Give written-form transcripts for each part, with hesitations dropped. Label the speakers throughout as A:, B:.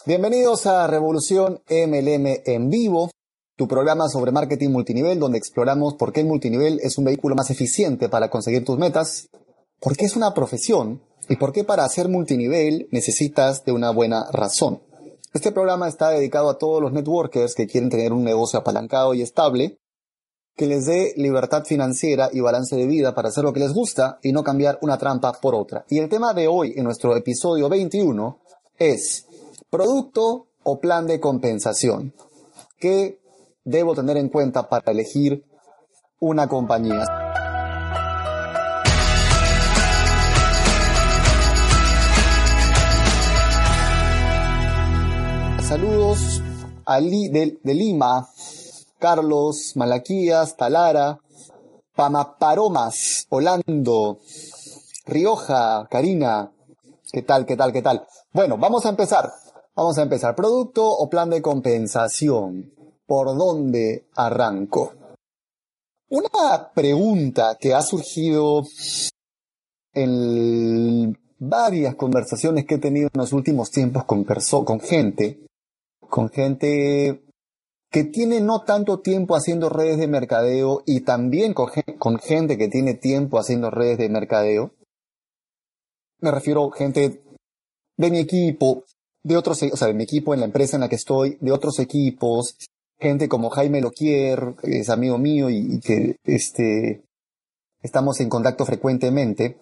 A: Bienvenidos a Revolución MLM en vivo, tu programa sobre marketing multinivel, donde exploramos por qué el multinivel es un vehículo más eficiente para conseguir tus metas, por qué es una profesión y por qué para hacer multinivel necesitas de una buena razón. Este programa está dedicado a todos los networkers que quieren tener un negocio apalancado y estable, que les dé libertad financiera y balance de vida para hacer lo que les gusta y no cambiar una trampa por otra. Y el tema de hoy, en nuestro episodio 21, es producto o plan de compensación. ¿Qué debo tener en cuenta para elegir una compañía? Saludos de Lima, Carlos, Malaquías, Talara, Pamaparomas, Orlando, Rioja, Karina. ¿Qué tal? Bueno, vamos a empezar. ¿Producto o plan de compensación? ¿Por dónde arranco? Una pregunta que ha surgido en varias conversaciones que he tenido en los últimos tiempos con gente que tiene no tanto tiempo haciendo redes de mercadeo y también con gente que tiene tiempo haciendo redes de mercadeo. Me refiero a gente de mi equipo, de mi equipo en la empresa en la que estoy, de otros equipos, gente como Jaime Loquier, que es amigo mío y que estamos en contacto frecuentemente.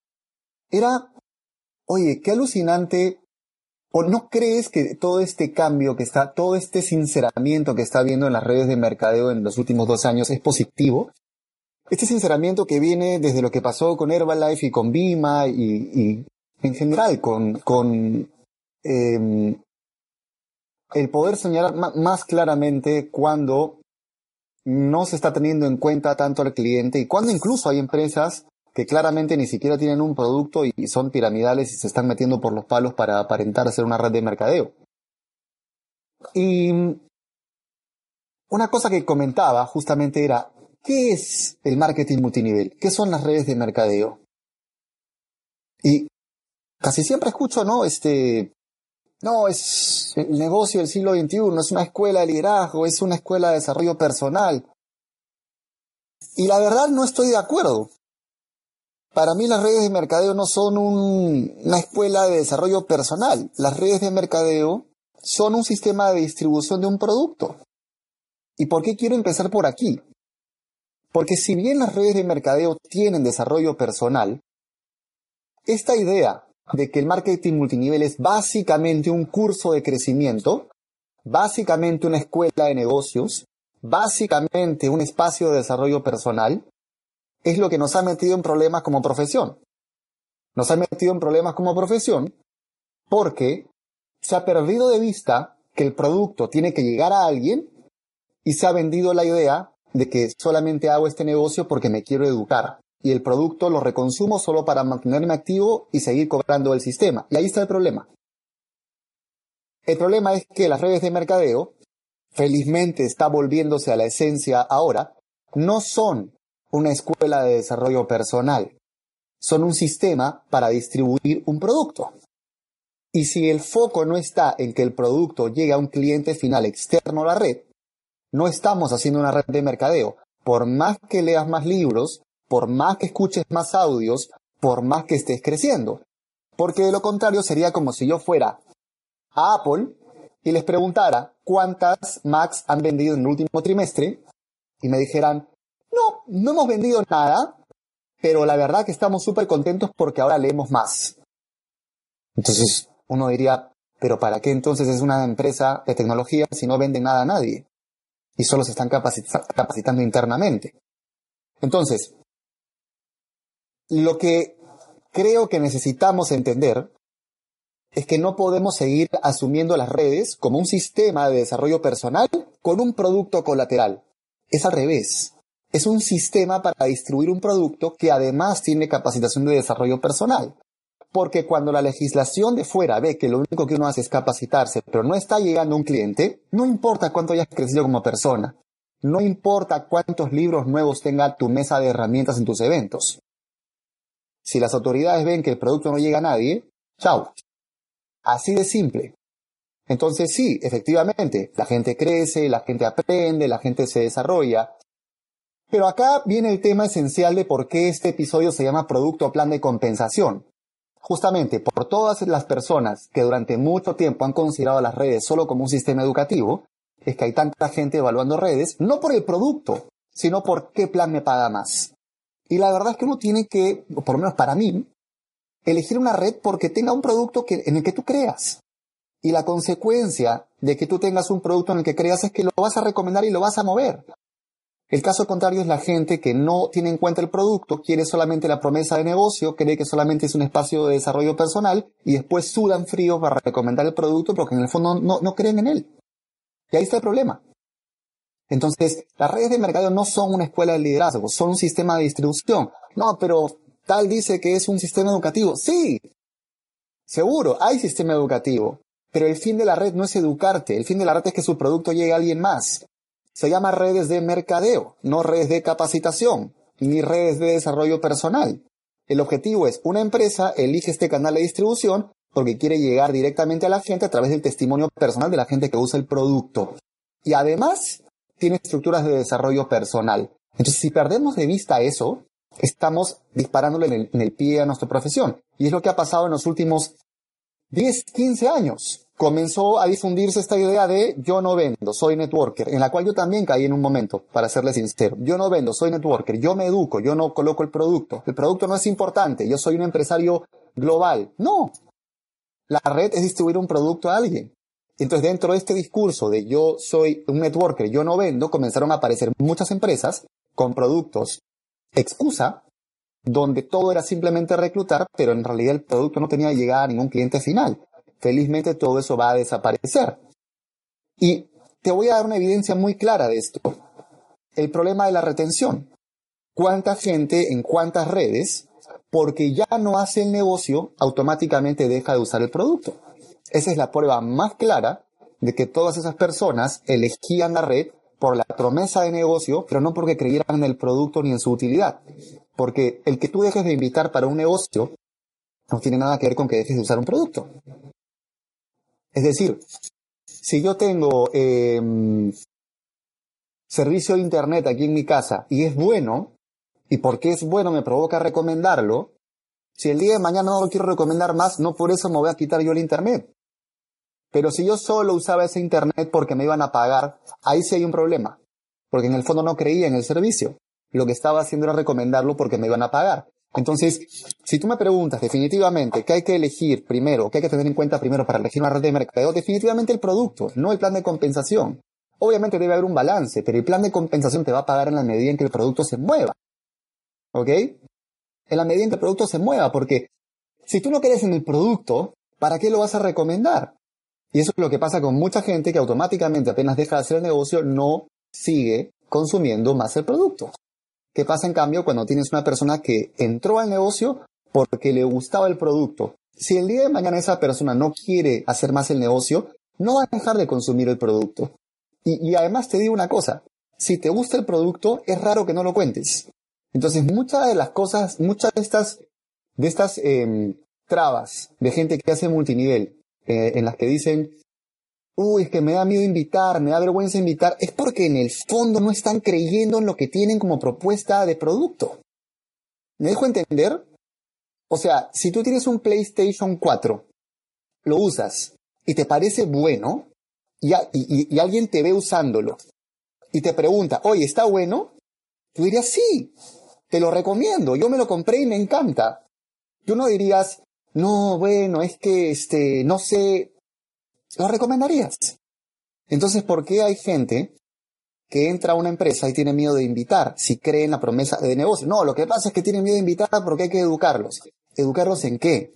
A: Oye, qué alucinante. ¿O no crees que todo este cambio todo este sinceramiento que está habiendo en las redes de mercadeo en los últimos 2 años es positivo? Este sinceramiento que viene desde lo que pasó con Herbalife y con Bima y en general con el poder señalar más claramente cuando no se está teniendo en cuenta tanto al cliente y cuando incluso hay empresas que claramente ni siquiera tienen un producto y son piramidales y se están metiendo por los palos para aparentar hacer una red de mercadeo. Y una cosa que comentaba justamente era, ¿qué es el marketing multinivel? ¿Qué son las redes de mercadeo? Y casi siempre escucho, no, es el negocio del siglo XXI, es una escuela de liderazgo, es una escuela de desarrollo personal. Y la verdad no estoy de acuerdo. Para mí las redes de mercadeo no son una escuela de desarrollo personal. Las redes de mercadeo son un sistema de distribución de un producto. ¿Y por qué quiero empezar por aquí? Porque si bien las redes de mercadeo tienen desarrollo personal, esta idea de que el marketing multinivel es básicamente un curso de crecimiento, básicamente una escuela de negocios, básicamente un espacio de desarrollo personal, es lo que nos ha metido en problemas como profesión. Nos ha metido en problemas como profesión porque se ha perdido de vista que el producto tiene que llegar a alguien y se ha vendido la idea de que solamente hago este negocio porque me quiero educar y el producto lo reconsumo solo para mantenerme activo y seguir cobrando el sistema. Y ahí está el problema. El problema es que las redes de mercadeo, felizmente está volviéndose a la esencia ahora, no son una escuela de desarrollo personal. Son un sistema para distribuir un producto. Y si el foco no está en que el producto llegue a un cliente final externo a la red, no estamos haciendo una red de mercadeo. Por más que leas más libros, por más que escuches más audios, por más que estés creciendo. Porque de lo contrario sería como si yo fuera a Apple y les preguntara cuántas Macs han vendido en el último trimestre y me dijeran, no hemos vendido nada, pero la verdad que estamos súper contentos porque ahora leemos más. Entonces uno diría, ¿pero para qué entonces es una empresa de tecnología si no venden nada a nadie? Y solo se están capacitando internamente. Entonces, lo que creo que necesitamos entender es que no podemos seguir asumiendo las redes como un sistema de desarrollo personal con un producto colateral. Es al revés. Es un sistema para distribuir un producto que además tiene capacitación de desarrollo personal. Porque cuando la legislación de fuera ve que lo único que uno hace es capacitarse, pero no está llegando a un cliente, no importa cuánto hayas crecido como persona, no importa cuántos libros nuevos tenga tu mesa de herramientas en tus eventos. Si las autoridades ven que el producto no llega a nadie, chao. Así de simple. Entonces sí, efectivamente, la gente crece, la gente aprende, la gente se desarrolla. Pero acá viene el tema esencial de por qué este episodio se llama Producto o Plan de Compensación. Justamente por todas las personas que durante mucho tiempo han considerado las redes solo como un sistema educativo, es que hay tanta gente evaluando redes, no por el producto, sino por qué plan me paga más. Y la verdad es que uno tiene que, por lo menos para mí, elegir una red porque tenga un producto en el que tú creas. Y la consecuencia de que tú tengas un producto en el que creas es que lo vas a recomendar y lo vas a mover. El caso contrario es la gente que no tiene en cuenta el producto, quiere solamente la promesa de negocio, cree que solamente es un espacio de desarrollo personal y después sudan frío para recomendar el producto porque en el fondo no creen en él. Y ahí está el problema. Entonces, las redes de mercadeo no son una escuela de liderazgo, son un sistema de distribución. No, pero tal dice que es un sistema educativo. Sí, seguro, hay sistema educativo, pero el fin de la red no es educarte, el fin de la red es que su producto llegue a alguien más. Se llama redes de mercadeo, no redes de capacitación, ni redes de desarrollo personal. El objetivo es, una empresa elige este canal de distribución porque quiere llegar directamente a la gente a través del testimonio personal de la gente que usa el producto. Y además, tiene estructuras de desarrollo personal. Entonces, si perdemos de vista eso, estamos disparándole en el pie a nuestra profesión. Y es lo que ha pasado en los últimos 10, 15 años. Comenzó a difundirse esta idea de yo no vendo, soy networker, en la cual yo también caí en un momento, para serle sincero. Yo no vendo, soy networker, yo me educo, yo no coloco el producto no es importante, yo soy un empresario global. No, la red es distribuir un producto a alguien. Entonces, dentro de este discurso de yo soy un networker, yo no vendo, comenzaron a aparecer muchas empresas con productos excusa, donde todo era simplemente reclutar, pero en realidad el producto no tenía llegada a ningún cliente final. Felizmente todo eso va a desaparecer. Y te voy a dar una evidencia muy clara de esto. El problema de la retención. ¿Cuánta gente en cuántas redes, porque ya no hace el negocio, automáticamente deja de usar el producto? Esa es la prueba más clara de que todas esas personas elegían la red por la promesa de negocio, pero no porque creyeran en el producto ni en su utilidad. Porque el que tú dejes de invitar para un negocio no tiene nada que ver con que dejes de usar un producto. Es decir, si yo tengo servicio de internet aquí en mi casa y es bueno, y porque es bueno me provoca recomendarlo, si el día de mañana no lo quiero recomendar más, no por eso me voy a quitar yo el internet. Pero si yo solo usaba ese internet porque me iban a pagar, ahí sí hay un problema. Porque en el fondo no creía en el servicio. Lo que estaba haciendo era recomendarlo porque me iban a pagar. Entonces, si tú me preguntas definitivamente qué hay que elegir primero, qué hay que tener en cuenta primero para elegir una red de mercadeo, definitivamente el producto, no el plan de compensación. Obviamente debe haber un balance, pero el plan de compensación te va a pagar en la medida en que el producto se mueva. ¿Ok? En la medida en que el producto se mueva, porque si tú no crees en el producto, ¿para qué lo vas a recomendar? Y eso es lo que pasa con mucha gente que automáticamente apenas deja de hacer el negocio no sigue consumiendo más el producto. ¿Qué pasa en cambio cuando tienes una persona que entró al negocio porque le gustaba el producto? Si el día de mañana esa persona no quiere hacer más el negocio, no va a dejar de consumir el producto. Y además te digo una cosa, si te gusta el producto es raro que no lo cuentes. Entonces muchas de las cosas, muchas de estas trabas de gente que hace multinivel, en las que dicen, uy, es que me da miedo invitar, me da vergüenza invitar, es porque en el fondo no están creyendo en lo que tienen como propuesta de producto. ¿Me dejo entender? O sea, si tú tienes un PlayStation 4, lo usas y te parece bueno, y alguien te ve usándolo y te pregunta, oye, ¿está bueno? Tú dirías, sí, te lo recomiendo, yo me lo compré y me encanta. Tú no dirías, no, bueno, es que, no sé, lo recomendarías. Entonces, ¿por qué hay gente que entra a una empresa y tiene miedo de invitar si cree en la promesa de negocio? No, lo que pasa es que tienen miedo de invitar porque hay que educarlos. ¿Educarlos en qué?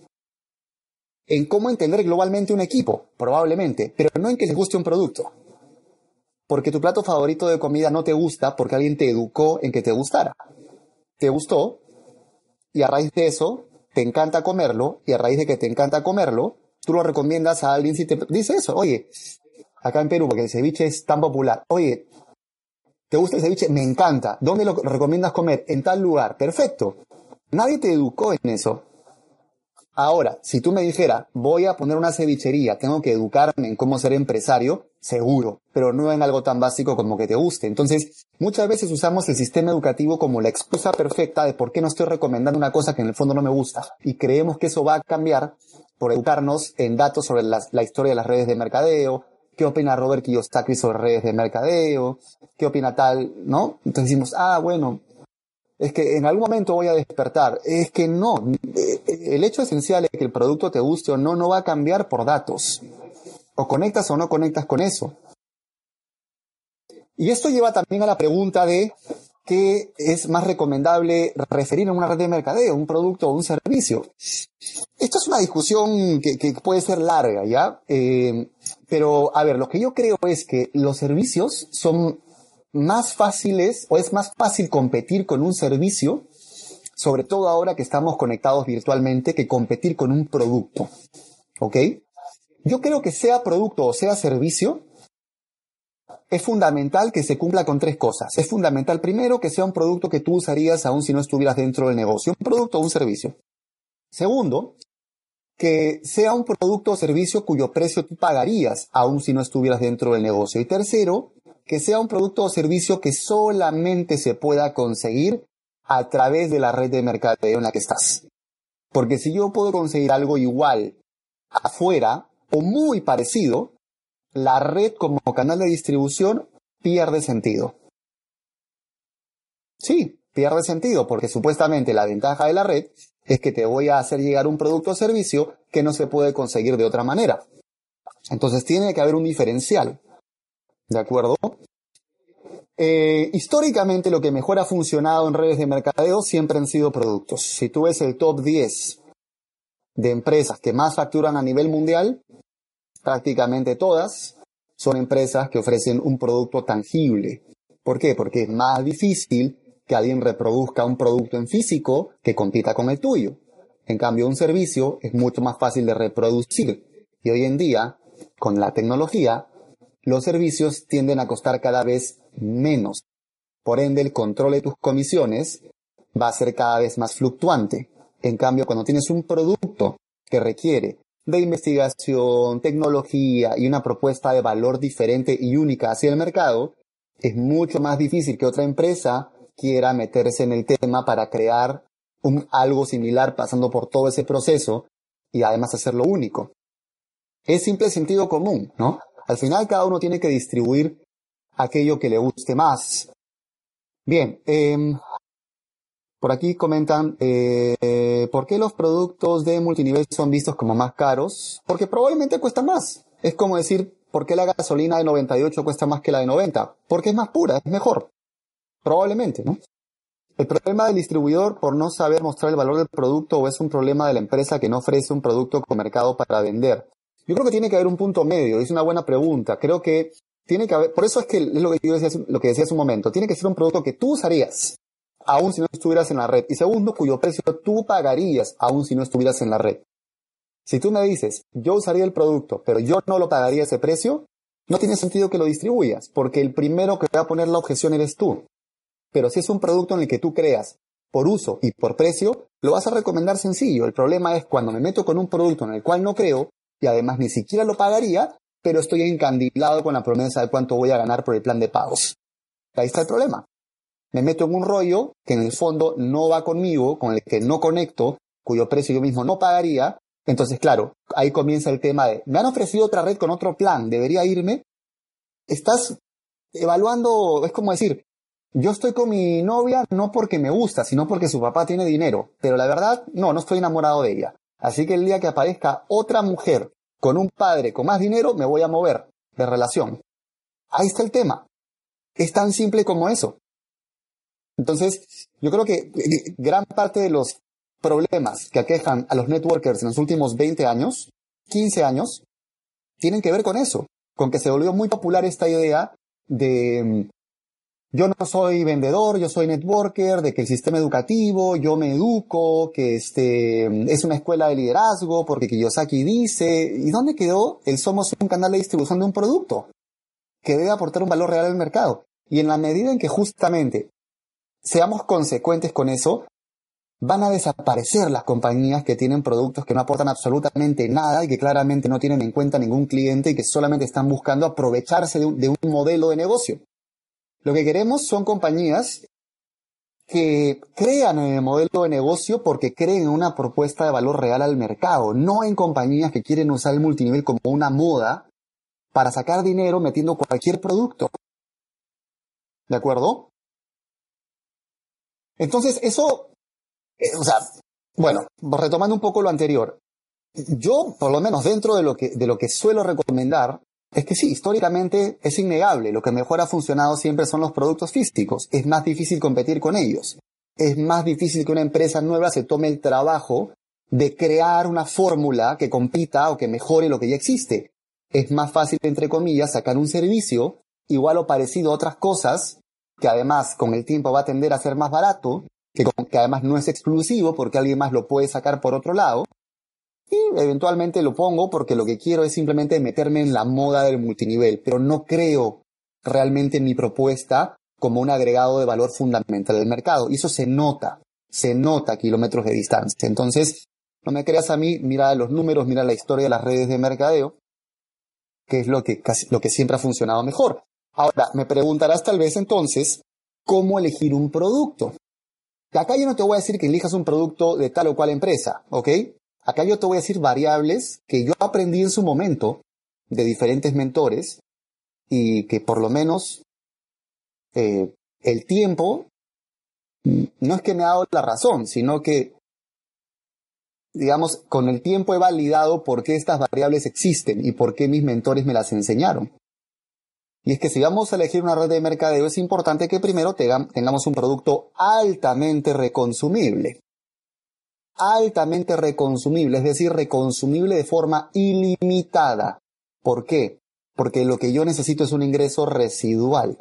A: En cómo entender globalmente un equipo, probablemente, pero no en que les guste un producto. Porque tu plato favorito de comida no te gusta porque alguien te educó en que te gustara. Te gustó y a raíz de eso te encanta comerlo y a raíz de que te encanta comerlo, tú lo recomiendas a alguien si te dice eso. Oye, acá en Perú, porque el ceviche es tan popular. Oye, ¿te gusta el ceviche? Me encanta. ¿Dónde lo recomiendas comer? En tal lugar. Perfecto. Nadie te educó en eso. Ahora, si tú me dijeras, voy a poner una cevichería, tengo que educarme en cómo ser empresario, seguro, pero no en algo tan básico como que te guste. Entonces, muchas veces usamos el sistema educativo como la excusa perfecta de por qué no estoy recomendando una cosa que en el fondo no me gusta. Y creemos que eso va a cambiar por educarnos en datos sobre la historia de las redes de mercadeo, qué opina Robert Kiyosaki sobre redes de mercadeo, qué opina tal, ¿no? Entonces decimos, bueno, es que en algún momento voy a despertar. Es que no. El hecho esencial es que el producto te guste o no va a cambiar por datos. O conectas o no conectas con eso. Y esto lleva también a la pregunta de qué es más recomendable referir en una red de mercadeo, un producto o un servicio. Esto es una discusión que puede ser larga, ¿ya? Pero, a ver, lo que yo creo es que los servicios son más fáciles, o es más fácil competir con un servicio, sobre todo ahora que estamos conectados virtualmente, que competir con un producto. ¿Ok? Yo creo que sea producto o sea servicio, es fundamental que se cumpla con tres cosas. Es fundamental, primero, que sea un producto que tú usarías aún si no estuvieras dentro del negocio. Un producto o un servicio. Segundo, que sea un producto o servicio cuyo precio tú pagarías aún si no estuvieras dentro del negocio. Y tercero, que sea un producto o servicio que solamente se pueda conseguir a través de la red de mercadeo en la que estás. Porque si yo puedo conseguir algo igual afuera o muy parecido, la red como canal de distribución pierde sentido. Sí, pierde sentido porque supuestamente la ventaja de la red es que te voy a hacer llegar un producto o servicio que no se puede conseguir de otra manera. Entonces tiene que haber un diferencial. ¿De acuerdo? Históricamente lo que mejor ha funcionado en redes de mercadeo siempre han sido productos. Si tú ves el top 10 de empresas que más facturan a nivel mundial, prácticamente todas son empresas que ofrecen un producto tangible. ¿Por qué? Porque es más difícil que alguien reproduzca un producto en físico que compita con el tuyo. En cambio, un servicio es mucho más fácil de reproducir. Y hoy en día, con la tecnología, los servicios tienden a costar cada vez menos. Por ende, el control de tus comisiones va a ser cada vez más fluctuante. En cambio, cuando tienes un producto que requiere de investigación, tecnología y una propuesta de valor diferente y única hacia el mercado, es mucho más difícil que otra empresa quiera meterse en el tema para crear algo similar pasando por todo ese proceso y además hacerlo único. Es simple sentido común, ¿no? Al final cada uno tiene que distribuir aquello que le guste más. Bien, por aquí comentan, ¿por qué los productos de multinivel son vistos como más caros? Porque probablemente cuesta más. Es como decir, ¿por qué la gasolina de 98 cuesta más que la de 90? Porque es más pura, es mejor. Probablemente, ¿no? El problema del distribuidor por no saber mostrar el valor del producto o es un problema de la empresa que no ofrece un producto con mercado para vender. Yo creo que tiene que haber un punto medio, es una buena pregunta. Creo que tiene que haber, por eso es que es lo que yo decía, lo que decía hace un momento, tiene que ser un producto que tú usarías, aun si no estuvieras en la red. Y segundo, cuyo precio tú pagarías, aun si no estuvieras en la red. Si tú me dices, yo usaría el producto, pero yo no lo pagaría ese precio, no tiene sentido que lo distribuyas, porque el primero que va a poner la objeción eres tú. Pero si es un producto en el que tú creas por uso y por precio, lo vas a recomendar sencillo. El problema es cuando me meto con un producto en el cual no creo, y además ni siquiera lo pagaría, pero estoy encandilado con la promesa de cuánto voy a ganar por el plan de pagos. Ahí está el problema. Me meto en un rollo que en el fondo no va conmigo, con el que no conecto, cuyo precio yo mismo no pagaría. Entonces, claro, ahí comienza el tema de, me han ofrecido otra red con otro plan, ¿debería irme? Estás evaluando, es como decir, yo estoy con mi novia no porque me gusta, sino porque su papá tiene dinero, pero la verdad, no estoy enamorado de ella. Así que el día que aparezca otra mujer con un padre con más dinero, me voy a mover de relación. Ahí está el tema. Es tan simple como eso. Entonces, yo creo que gran parte de los problemas que aquejan a los networkers en los últimos 20 años, 15 años, tienen que ver con eso, con que se volvió muy popular esta idea de yo no soy vendedor, yo soy networker, de que el sistema educativo, yo me educo, que es una escuela de liderazgo, porque Kiyosaki dice, ¿y dónde quedó el somos un canal de distribución de un producto que debe aportar un valor real al mercado? Y en la medida en que justamente seamos consecuentes con eso, van a desaparecer las compañías que tienen productos que no aportan absolutamente nada y que claramente no tienen en cuenta ningún cliente y que solamente están buscando aprovecharse de un modelo de negocio. Lo que queremos son compañías que crean en el modelo de negocio porque creen en una propuesta de valor real al mercado, no en compañías que quieren usar el multinivel como una moda para sacar dinero metiendo cualquier producto. ¿De acuerdo? Entonces, eso, bueno, retomando un poco lo anterior, yo, por lo menos dentro de lo que suelo recomendar, es que sí, históricamente es innegable. Lo que mejor ha funcionado siempre son los productos físicos. Es más difícil competir con ellos. Es más difícil que una empresa nueva se tome el trabajo de crear una fórmula que compita o que mejore lo que ya existe. Es más fácil, entre comillas, sacar un servicio igual o parecido a otras cosas, que además con el tiempo va a tender a ser más barato, que además no es exclusivo porque alguien más lo puede sacar por otro lado. Y eventualmente lo pongo porque lo que quiero es simplemente meterme en la moda del multinivel, pero no creo realmente en mi propuesta como un agregado de valor fundamental del mercado. Y eso se nota a kilómetros de distancia. Entonces, no me creas a mí, mira los números, mira la historia de las redes de mercadeo, que es lo que siempre ha funcionado mejor. Ahora, me preguntarás tal vez entonces, ¿cómo elegir un producto? Acá yo no te voy a decir que elijas un producto de tal o cual empresa, ¿ok? Acá yo te voy a decir variables que yo aprendí en su momento de diferentes mentores y que por lo menos el tiempo no es que me ha dado la razón, sino que, digamos, con el tiempo he validado por qué estas variables existen y por qué mis mentores me las enseñaron. Y es que si vamos a elegir una red de mercadeo es importante que primero tengamos un producto altamente reconsumible. Altamente reconsumible, es decir, reconsumible de forma ilimitada. ¿Por qué? Porque lo que yo necesito es un ingreso residual.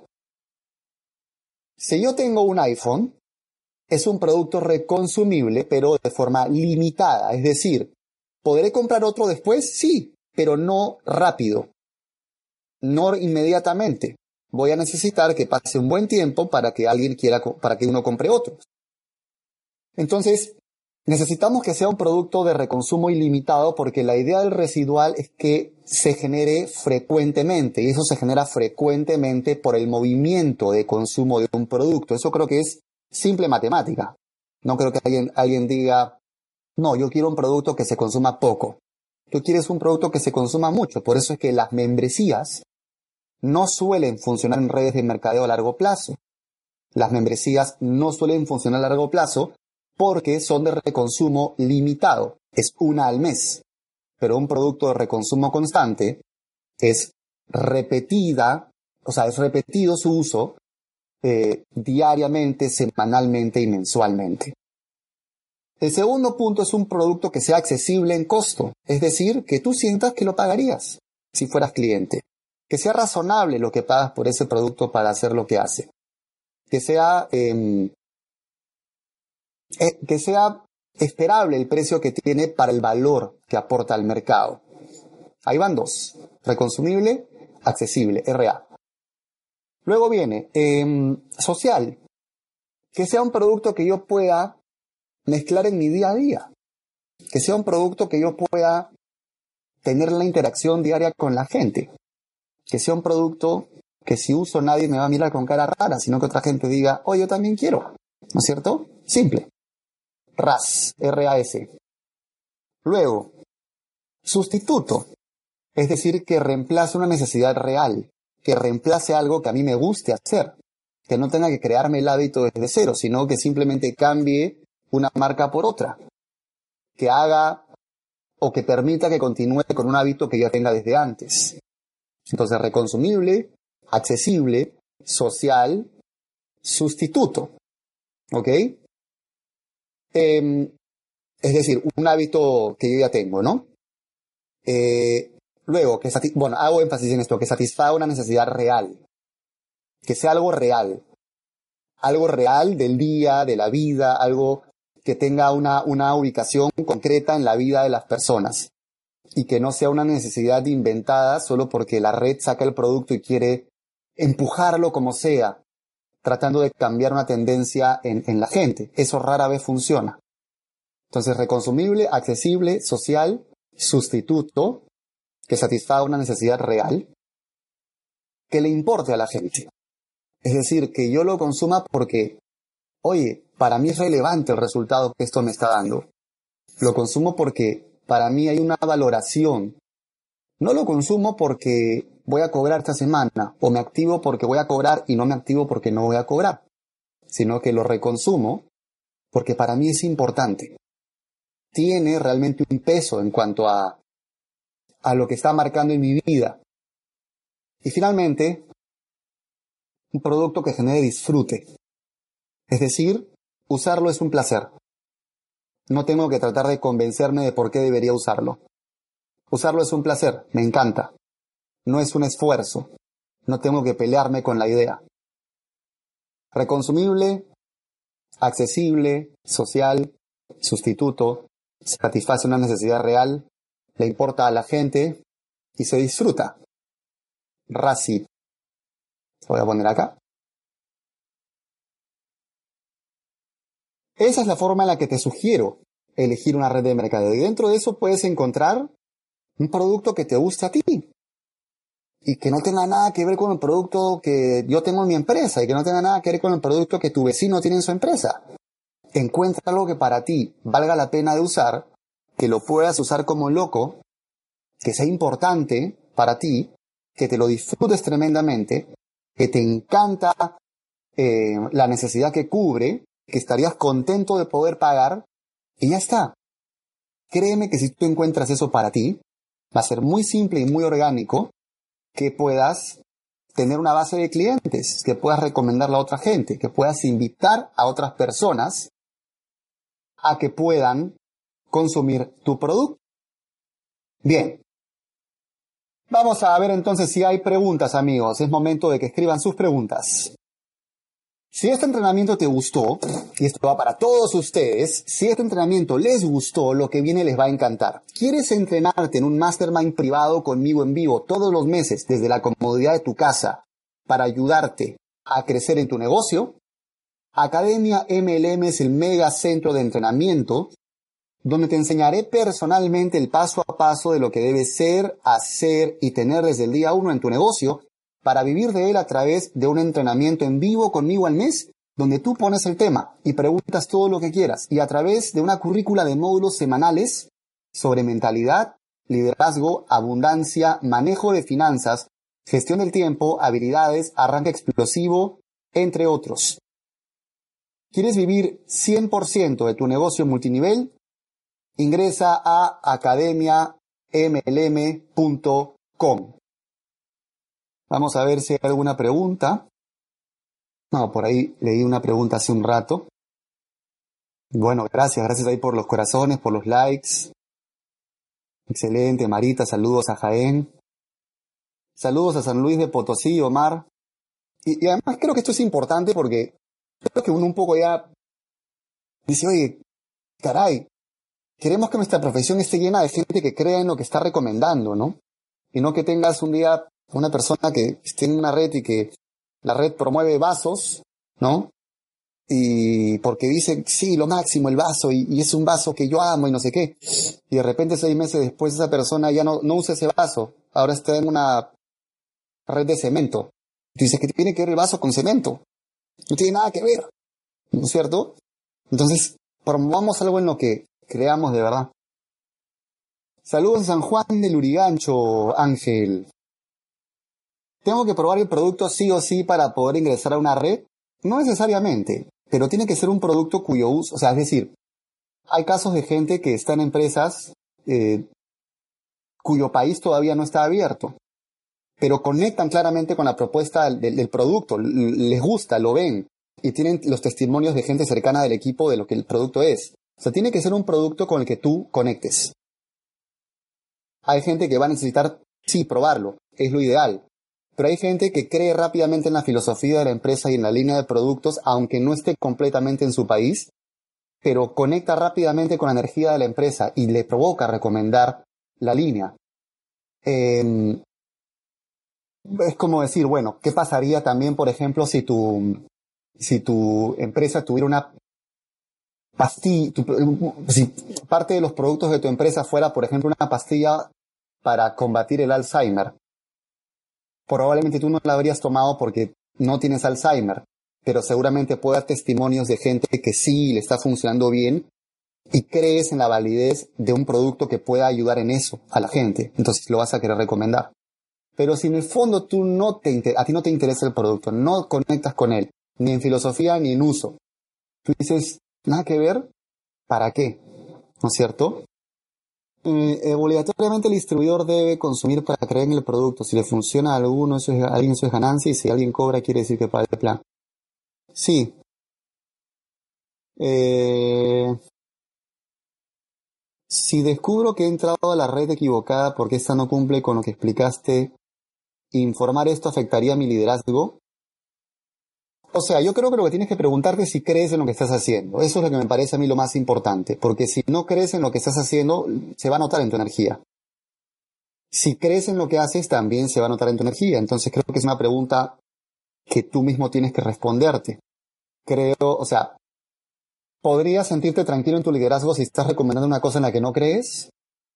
A: Si yo tengo un iPhone, es un producto reconsumible, pero de forma limitada. Es decir, ¿podré comprar otro después? Sí, pero no rápido. No inmediatamente. Voy a necesitar que pase un buen tiempo para que para que uno compre otro. Entonces, necesitamos que sea un producto de reconsumo ilimitado porque la idea del residual es que se genere frecuentemente y eso se genera frecuentemente por el movimiento de consumo de un producto. Eso creo que es simple matemática. No creo que alguien diga, no, yo quiero un producto que se consuma poco. Tú quieres un producto que se consuma mucho. Por eso es que las membresías no suelen funcionar en redes de mercadeo a largo plazo. Las membresías no suelen funcionar a largo plazo porque son de reconsumo limitado, es una al mes. Pero un producto de reconsumo constante es es repetido su uso diariamente, semanalmente y mensualmente. El segundo punto es un producto que sea accesible en costo, es decir, que tú sientas que lo pagarías si fueras cliente. Que sea razonable lo que pagas por ese producto para hacer lo que hace. Que sea esperable el precio que tiene para el valor que aporta al mercado. Ahí van dos. Reconsumible, accesible, RA. Luego viene social. Que sea un producto que yo pueda mezclar en mi día a día. Que sea un producto que yo pueda tener la interacción diaria con la gente. Que sea un producto que si uso nadie me va a mirar con cara rara, sino que otra gente diga, oh, yo también quiero. ¿No es cierto? Simple. RAS, R-A-S. Luego, sustituto, es decir, que reemplace una necesidad real, que reemplace algo que a mí me guste hacer, que no tenga que crearme el hábito desde cero, sino que simplemente cambie una marca por otra, que haga o que permita que continúe con un hábito que ya tenga desde antes. Entonces, reconsumible, accesible, social, sustituto. ¿Ok? Es decir, un hábito que yo ya tengo, ¿no? Luego, hago énfasis en esto, que satisfaga una necesidad real. Que sea algo real. Algo real del día, de la vida, algo que tenga una ubicación concreta en la vida de las personas. Y que no sea una necesidad inventada solo porque la red saca el producto y quiere empujarlo como sea, tratando de cambiar una tendencia en la gente. Eso rara vez funciona. Entonces, reconsumible, accesible, social, sustituto, que satisfaga una necesidad real, que le importe a la gente. Es decir, que yo lo consuma porque, oye, para mí es relevante el resultado que esto me está dando. Lo consumo porque para mí hay una valoración. No lo consumo porque voy a cobrar esta semana, o me activo porque voy a cobrar y no me activo porque no voy a cobrar, sino que lo reconsumo porque para mí es importante. Tiene realmente un peso en cuanto a lo que está marcando en mi vida. Y finalmente, un producto que genere disfrute. Es decir, usarlo es un placer. No tengo que tratar de convencerme de por qué debería usarlo. Usarlo es un placer, me encanta. No es un esfuerzo. No tengo que pelearme con la idea. Reconsumible, accesible, social, sustituto, satisface una necesidad real, le importa a la gente y se disfruta. RACI. Lo voy a poner acá. Esa es la forma en la que te sugiero elegir una red de mercadeo. Y dentro de eso puedes encontrar un producto que te guste a ti y que no tenga nada que ver con el producto que yo tengo en mi empresa y que no tenga nada que ver con el producto que tu vecino tiene en su empresa. Encuentra algo que para ti valga la pena de usar, que lo puedas usar como loco, que sea importante para ti, que te lo disfrutes tremendamente, que te encanta la necesidad que cubre, que estarías contento de poder pagar, y ya está. Créeme que si tú encuentras eso para ti, va a ser muy simple y muy orgánico que puedas tener una base de clientes, que puedas recomendarla a otra gente, que puedas invitar a otras personas a que puedan consumir tu producto. Bien. Vamos a ver entonces si hay preguntas, amigos. Es momento de que escriban sus preguntas. Si este entrenamiento te gustó, y esto va para todos ustedes, si este entrenamiento les gustó, lo que viene les va a encantar. ¿Quieres entrenarte en un mastermind privado conmigo en vivo todos los meses desde la comodidad de tu casa para ayudarte a crecer en tu negocio? Academia MLM es el mega centro de entrenamiento donde te enseñaré personalmente el paso a paso de lo que debes ser, hacer y tener desde el día 1 en tu negocio para vivir de él a través de un entrenamiento en vivo conmigo al mes, donde tú pones el tema y preguntas todo lo que quieras, y a través de una currícula de módulos semanales sobre mentalidad, liderazgo, abundancia, manejo de finanzas, gestión del tiempo, habilidades, arranque explosivo, entre otros. ¿Quieres vivir 100% de tu negocio multinivel? Ingresa a academiamlm.com. Vamos a ver si hay alguna pregunta. No, por ahí leí una pregunta hace un rato. Bueno, gracias ahí por los corazones, por los likes. Excelente, Marita, saludos a Jaén. Saludos a San Luis de Potosí, Omar. Y además creo que esto es importante porque creo que uno un poco ya dice, oye, caray, queremos que nuestra profesión esté llena de gente que crea en lo que está recomendando, ¿no? Y no que tengas un día una persona que esté en una red y que la red promueve vasos, ¿no? Y porque dice, sí, lo máximo, el vaso, y es un vaso que yo amo y no sé qué. Y de repente 6 meses después esa persona ya no usa ese vaso, ahora está en una red de cemento. Dice que tiene que ver el vaso con cemento. No tiene nada que ver, ¿no es cierto? Entonces, promovamos algo en lo que creamos de verdad. Saludos a San Juan del Lurigancho, Ángel. ¿Tengo que probar el producto sí o sí para poder ingresar a una red? No necesariamente, pero tiene que ser un producto cuyo uso, o sea, es decir, hay casos de gente que está en empresas cuyo país todavía no está abierto, pero conectan claramente con la propuesta del producto, les gusta, lo ven, y tienen los testimonios de gente cercana del equipo de lo que el producto es. O sea, tiene que ser un producto con el que tú conectes. Hay gente que va a necesitar, sí, probarlo, es lo ideal. Pero hay gente que cree rápidamente en la filosofía de la empresa y en la línea de productos, aunque no esté completamente en su país, pero conecta rápidamente con la energía de la empresa y le provoca recomendar la línea. Es como decir, bueno, ¿qué pasaría también, por ejemplo, si tu empresa tuviera si parte de los productos de tu empresa fuera, por ejemplo, una pastilla para combatir el Alzheimer, probablemente tú no la habrías tomado porque no tienes Alzheimer, pero seguramente puede dar testimonios de gente que sí le está funcionando bien y crees en la validez de un producto que pueda ayudar en eso a la gente. Entonces lo vas a querer recomendar. Pero si en el fondo a ti no te interesa el producto, no conectas con él, ni en filosofía ni en uso, tú dices, nada que ver, ¿para qué? ¿No es cierto? Obligatoriamente el distribuidor debe consumir para creer en el producto. Si le funciona a alguien, eso es ganancia, y si alguien cobra, quiere decir que paga el plan. Sí. Si descubro que he entrado a la red equivocada porque esta no cumple con lo que explicaste, ¿informar esto afectaría mi liderazgo? O sea, yo creo que lo que tienes que preguntarte es si crees en lo que estás haciendo. Eso es lo que me parece a mí lo más importante, porque si no crees en lo que estás haciendo, se va a notar en tu energía. Si crees en lo que haces, también se va a notar en tu energía. Entonces creo que es una pregunta que tú mismo tienes que responderte. O sea, ¿podrías sentirte tranquilo en tu liderazgo si estás recomendando una cosa en la que no crees?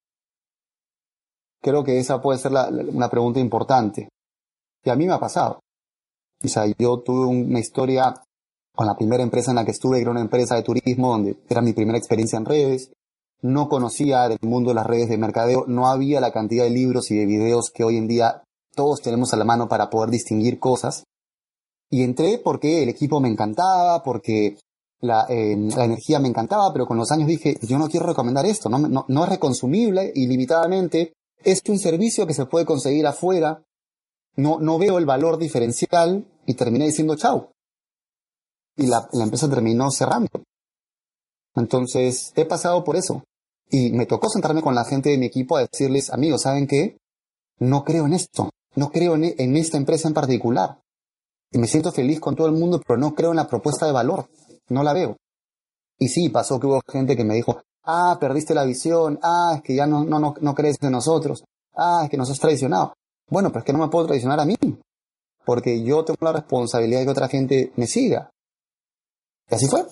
A: Creo que esa puede ser una pregunta importante. Y a mí me ha pasado. O sea, yo tuve una historia con la primera empresa en la que estuve, que era una empresa de turismo, donde era mi primera experiencia en redes. No conocía del mundo de las redes de mercadeo, no había la cantidad de libros y de videos que hoy en día todos tenemos a la mano para poder distinguir cosas. Y entré porque el equipo me encantaba, porque la energía me encantaba, pero con los años dije, yo no quiero recomendar esto, no es reconsumible ilimitadamente, es un servicio que se puede conseguir afuera, no veo el valor diferencial y terminé diciendo chau. Y la empresa terminó cerrando. Entonces, he pasado por eso. Y me tocó sentarme con la gente de mi equipo a decirles, amigos, ¿saben qué? No creo en esto. No creo en esta empresa en particular. Y me siento feliz con todo el mundo, pero no creo en la propuesta de valor. No la veo. Y sí, pasó que hubo gente que me dijo, perdiste la visión. Es que ya no crees en nosotros. Es que nos has traicionado. Bueno, pero es que no me puedo traicionar a mí. Porque yo tengo la responsabilidad de que otra gente me siga. Y así fue.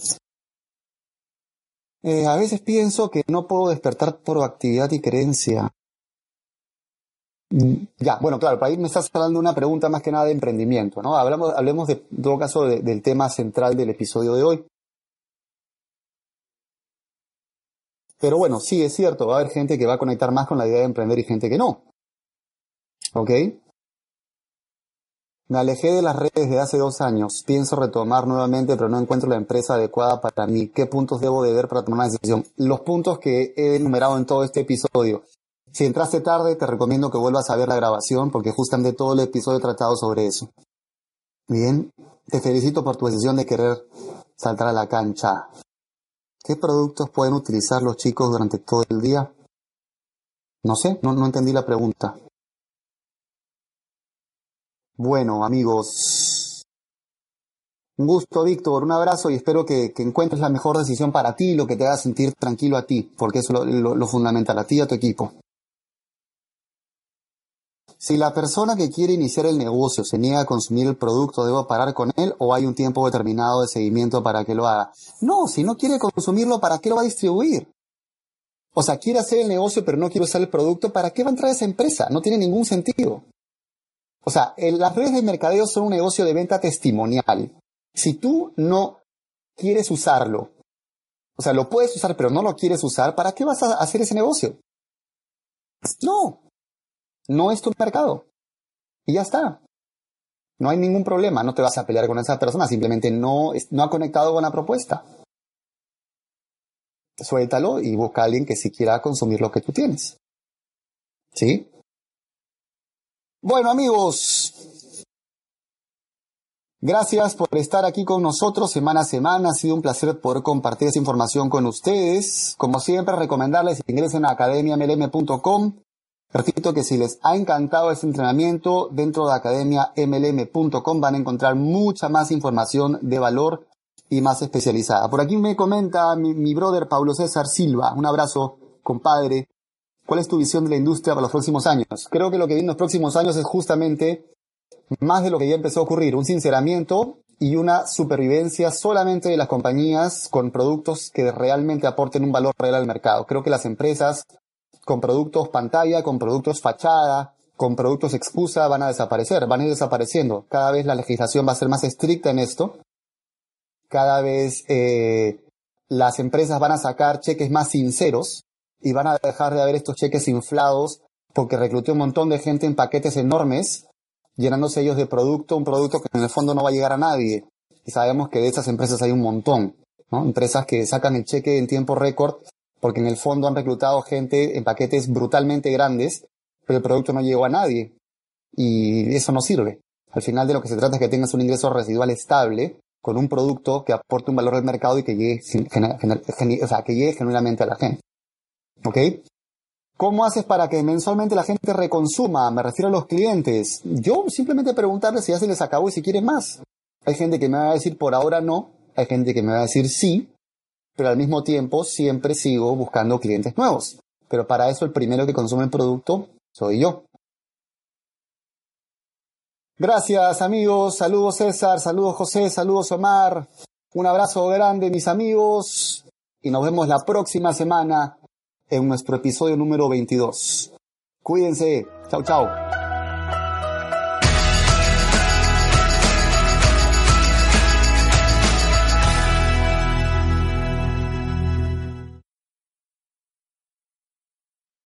A: A veces pienso que no puedo despertar proactividad y creencia. Ya, bueno, claro, para ahí me estás hablando de una pregunta más que nada de emprendimiento, ¿no? Hablemos en todo caso del tema central del episodio de hoy. Pero bueno, sí, es cierto, va a haber gente que va a conectar más con la idea de emprender y gente que no. ¿Ok? Me alejé de las redes desde hace 2 años. Pienso retomar nuevamente, pero no encuentro la empresa adecuada para mí. ¿Qué puntos debo de ver para tomar una decisión? Los puntos que he enumerado en todo este episodio. Si entraste tarde, te recomiendo que vuelvas a ver la grabación, porque justamente todo el episodio he tratado sobre eso. Bien, te felicito por tu decisión de querer saltar a la cancha. ¿Qué productos pueden utilizar los chicos durante todo el día? No sé, no entendí la pregunta. Bueno, amigos, un gusto, Víctor, un abrazo y espero que encuentres la mejor decisión para ti, lo que te haga sentir tranquilo a ti, porque eso es lo fundamental, a ti y a tu equipo. Si la persona que quiere iniciar el negocio se niega a consumir el producto, ¿debo parar con él o hay un tiempo determinado de seguimiento para que lo haga? No, si no quiere consumirlo, ¿para qué lo va a distribuir? O sea, quiere hacer el negocio pero no quiere usar el producto, ¿para qué va a entrar a esa empresa? No tiene ningún sentido. O sea, las redes de mercadeo son un negocio de venta testimonial. Si tú no quieres usarlo, o sea, lo puedes usar pero no lo quieres usar, ¿para qué vas a hacer ese negocio? No es tu mercado. Y ya está. No hay ningún problema, no te vas a pelear con esa persona, simplemente no ha conectado con la propuesta. Suéltalo y busca a alguien que sí quiera consumir lo que tú tienes. ¿Sí? Bueno, amigos, gracias por estar aquí con nosotros semana a semana. Ha sido un placer poder compartir esa información con ustedes. Como siempre, recomendarles que ingresen a academiamlm.com. Repito que si les ha encantado este entrenamiento, dentro de academiamlm.com van a encontrar mucha más información de valor y más especializada. Por aquí me comenta mi brother Paulo César Silva. Un abrazo, compadre. ¿Cuál es tu visión de la industria para los próximos años? Creo que lo que viene en los próximos años es justamente más de lo que ya empezó a ocurrir. Un sinceramiento y una supervivencia solamente de las compañías con productos que realmente aporten un valor real al mercado. Creo que las empresas con productos pantalla, con productos fachada, con productos excusa van a desaparecer, van a ir desapareciendo. Cada vez la legislación va a ser más estricta en esto. Cada vez las empresas van a sacar cheques más sinceros y van a dejar de haber estos cheques inflados porque recluté un montón de gente en paquetes enormes, llenándose ellos de un producto que en el fondo no va a llegar a nadie. Y sabemos que de esas empresas hay un montón, ¿no? Empresas que sacan el cheque en tiempo récord porque en el fondo han reclutado gente en paquetes brutalmente grandes, pero el producto no llegó a nadie. Y eso no sirve. Al final de lo que se trata es que tengas un ingreso residual estable con un producto que aporte un valor al mercado y que llegue, que llegue genuinamente a la gente. ¿Ok? ¿Cómo haces para que mensualmente la gente reconsuma? Me refiero a los clientes. Yo simplemente preguntarles si ya se les acabó y si quieren más. Hay gente que me va a decir por ahora no, hay gente que me va a decir sí, pero al mismo tiempo siempre sigo buscando clientes nuevos. Pero para eso el primero que consume el producto soy yo. Gracias amigos, saludos César, saludos José, saludos Omar. Un abrazo grande mis amigos y nos vemos la próxima semana en nuestro episodio número 22. Cuídense, chau chau.